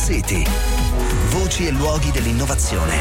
City. Voci e luoghi dell'innovazione.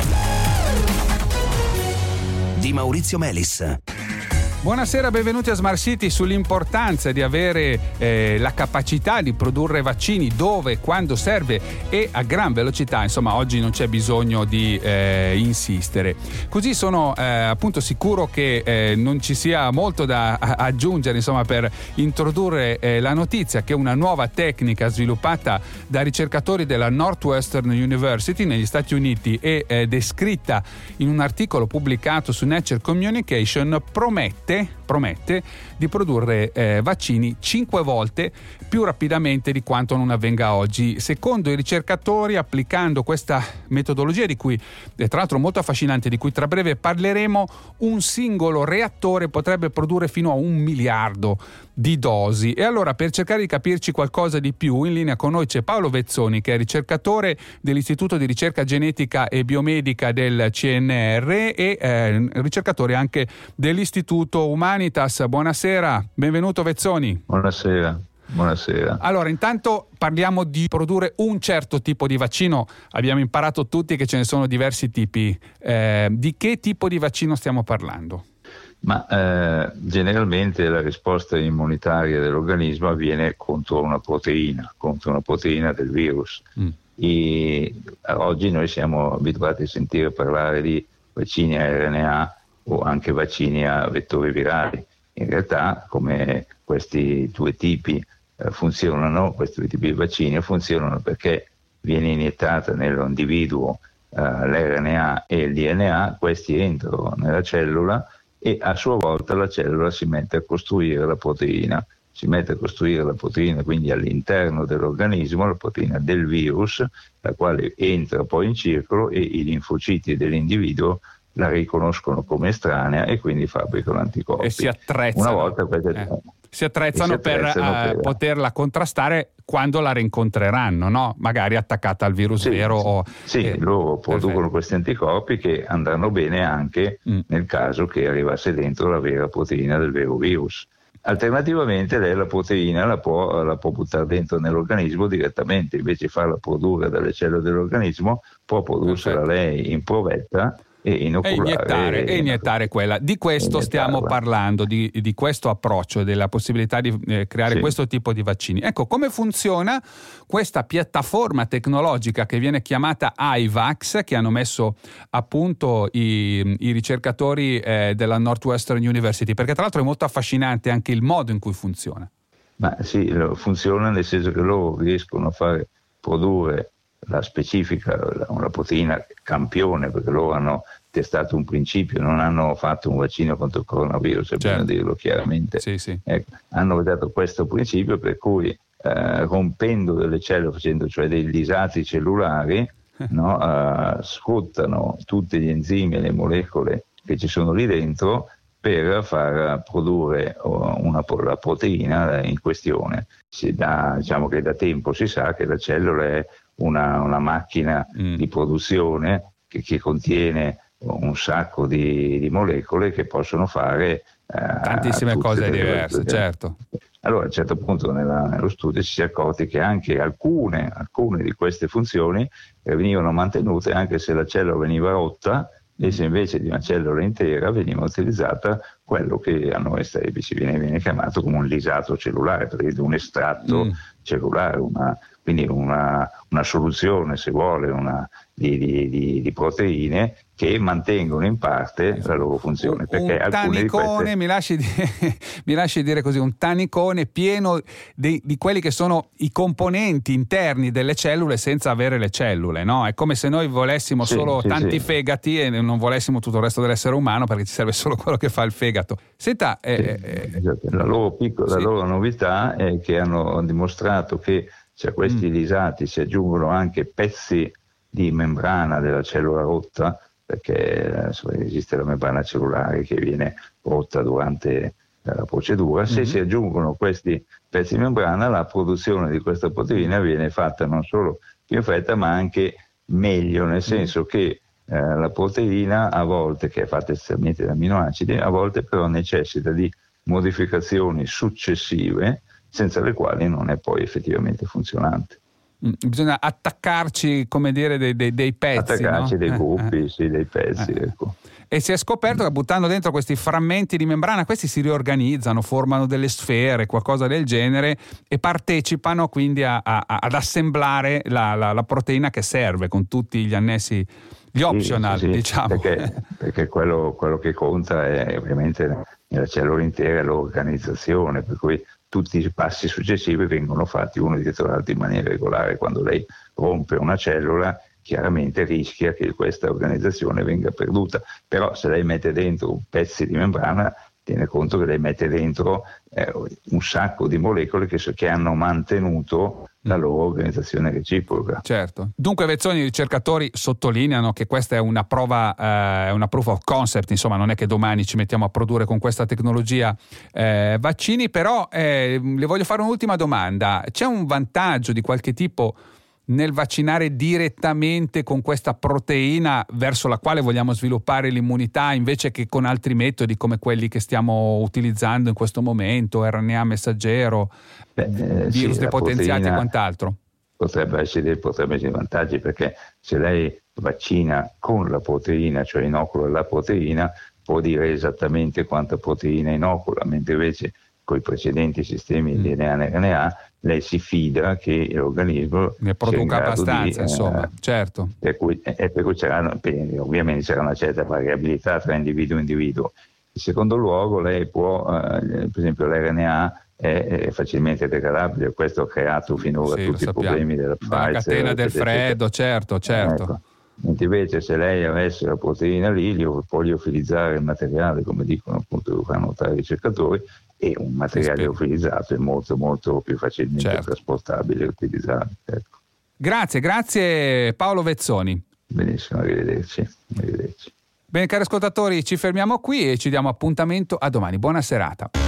Di Maurizio Melis. Buonasera, benvenuti a Smart City. Sull'importanza di avere la capacità di produrre vaccini dove, quando serve e a gran velocità. Insomma, oggi non c'è bisogno di insistere. Così sono appunto sicuro che non ci sia molto da aggiungere, insomma, per introdurre la notizia che una nuova tecnica sviluppata da ricercatori della Northwestern University negli Stati Uniti e descritta in un articolo pubblicato su Nature Communication promette di produrre vaccini 5 volte più rapidamente di quanto non avvenga oggi. Secondo i ricercatori, applicando questa metodologia, di cui tra l'altro molto affascinante, di cui tra breve parleremo, un singolo reattore potrebbe produrre fino a 1 miliardo di dosi. E allora, per cercare di capirci qualcosa di più, in linea con noi c'è Paolo Vezzoni, che è ricercatore dell'Istituto di Ricerca Genetica e Biomedica del CNR e ricercatore anche dell'Istituto Humanitas. Buonasera, benvenuto Vezzoni. Buonasera. Allora, intanto parliamo di produrre un certo tipo di vaccino. Abbiamo imparato tutti che ce ne sono diversi tipi. Di che tipo di vaccino stiamo parlando? Ma generalmente la risposta immunitaria dell'organismo avviene contro una proteina del virus. Oggi noi siamo abituati a sentire parlare di vaccini a RNA o anche vaccini a vettori virali. In realtà, come questi due tipi funzionano, questi due tipi di vaccini funzionano perché viene iniettata nell'individuo l'RNA e il DNA, questi entrano nella cellula e a sua volta la cellula si mette a costruire la proteina. Quindi all'interno dell'organismo, la proteina del virus, la quale entra poi in circolo e i linfociti dell'individuo la riconoscono come estranea e quindi fabbricano anticorpi. E si attrezzano. Una volta si attrezzano per poterla contrastare quando la rincontreranno, no? Magari attaccata al virus vero. Loro producono questi anticorpi che andranno bene anche nel caso che arrivasse dentro la vera proteina del vero virus. Alternativamente lei la proteina la può buttare dentro nell'organismo direttamente, invece di farla produrre dalle cellule dell'organismo, può prodursela lei in provetta e inoculare e iniettare quella. Di questo stiamo parlando, di questo approccio, della possibilità di creare questo tipo di vaccini. Ecco, come funziona questa piattaforma tecnologica che viene chiamata iVax, che hanno messo a punto i ricercatori della Northwestern University, perché tra l'altro è molto affascinante anche il modo in cui funziona. Ma sì, funziona nel senso che loro riescono a fare produrre la specifica, una proteina campione, perché loro hanno testato un principio, non hanno fatto un vaccino contro il coronavirus, bisogna dirlo chiaramente. Sì. Ecco, hanno dato questo principio per cui rompendo delle cellule, facendo cioè dei lisati cellulari, sfruttano tutti gli enzimi e le molecole che ci sono lì dentro per far produrre la proteina in questione. Diciamo che da tempo si sa che la cellula è una macchina di produzione che contiene un sacco di molecole che possono fare tantissime cose diverse, certo. Allora a un certo punto nello studio ci si è accorti che anche alcune di queste funzioni venivano mantenute anche se la cellula veniva rotta, e se invece di una cellula intera veniva utilizzata quello che a noi viene chiamato come un lisato cellulare, perché un estratto cellulare, quindi una soluzione, se vuole, di proteine che mantengono in parte la loro funzione. Perché un tanicone, mi lasci dire così, un tanicone pieno di quelli che sono i componenti interni delle cellule senza avere le cellule, no? È come se noi volessimo solo tanti fegati e non volessimo tutto il resto dell'essere umano, perché ci serve solo quello che fa il fegato. Senta, la loro novità è che hanno dimostrato che se a questi lisati si aggiungono anche pezzi di membrana della cellula rotta, perché esiste la membrana cellulare che viene rotta durante la procedura, se si aggiungono questi pezzi di membrana, la produzione di questa proteina viene fatta non solo più in fretta ma anche meglio, nel senso che la proteina a volte, che è fatta essenzialmente da amminoacidi, a volte però necessita di modificazioni successive senza le quali non è poi effettivamente funzionante. Bisogna attaccarci, come dire, dei pezzi. Attaccarci, no? Dei gruppi, sì, dei pezzi, ecco. E si è scoperto che buttando dentro questi frammenti di membrana, questi si riorganizzano, formano delle sfere, qualcosa del genere, e partecipano quindi ad assemblare la proteina che serve, con tutti gli annessi, gli optional, sì, diciamo. Perché quello che conta è ovviamente nella cellula intera l'organizzazione, per cui tutti i passi successivi vengono fatti uno dietro l'altro in maniera regolare. Quando lei rompe una cellula, chiaramente rischia che questa organizzazione venga perduta, però se lei mette dentro pezzi di membrana, tiene conto che lei mette dentro un sacco di molecole che hanno mantenuto la loro organizzazione reciproca. Certo. Dunque, Vezzoni, i ricercatori sottolineano che questa è una prova, una proof of concept, insomma non è che domani ci mettiamo a produrre con questa tecnologia vaccini, però le voglio fare un'ultima domanda. C'è un vantaggio di qualche tipo nel vaccinare direttamente con questa proteina verso la quale vogliamo sviluppare l'immunità, invece che con altri metodi come quelli che stiamo utilizzando in questo momento, RNA messaggero, virus depotenziati e quant'altro? Potrebbe essere vantaggi, perché se lei vaccina con la proteina, cioè inocula la proteina, può dire esattamente quanta proteina inocula, mentre invece con i precedenti sistemi di DNA e RNA lei si fida che l'organismo ne produca abbastanza, insomma, certo. Per cui ovviamente c'era una certa variabilità tra individuo e individuo. In secondo luogo, lei può, per esempio l'RNA è facilmente degradabile, questo ha creato finora tutti i problemi della Pfizer, la catena del freddo, certo. Ecco. Mentre invece se lei avesse la proteina lì, può liofilizzare il materiale, come dicono appunto, lo fanno notare i ricercatori, e un materiale liofilizzato è molto molto più facilmente trasportabile e utilizzabile. Ecco. Grazie Paolo Vezzoni. Benissimo, arrivederci. Bene, cari ascoltatori, ci fermiamo qui e ci diamo appuntamento a domani. Buona serata.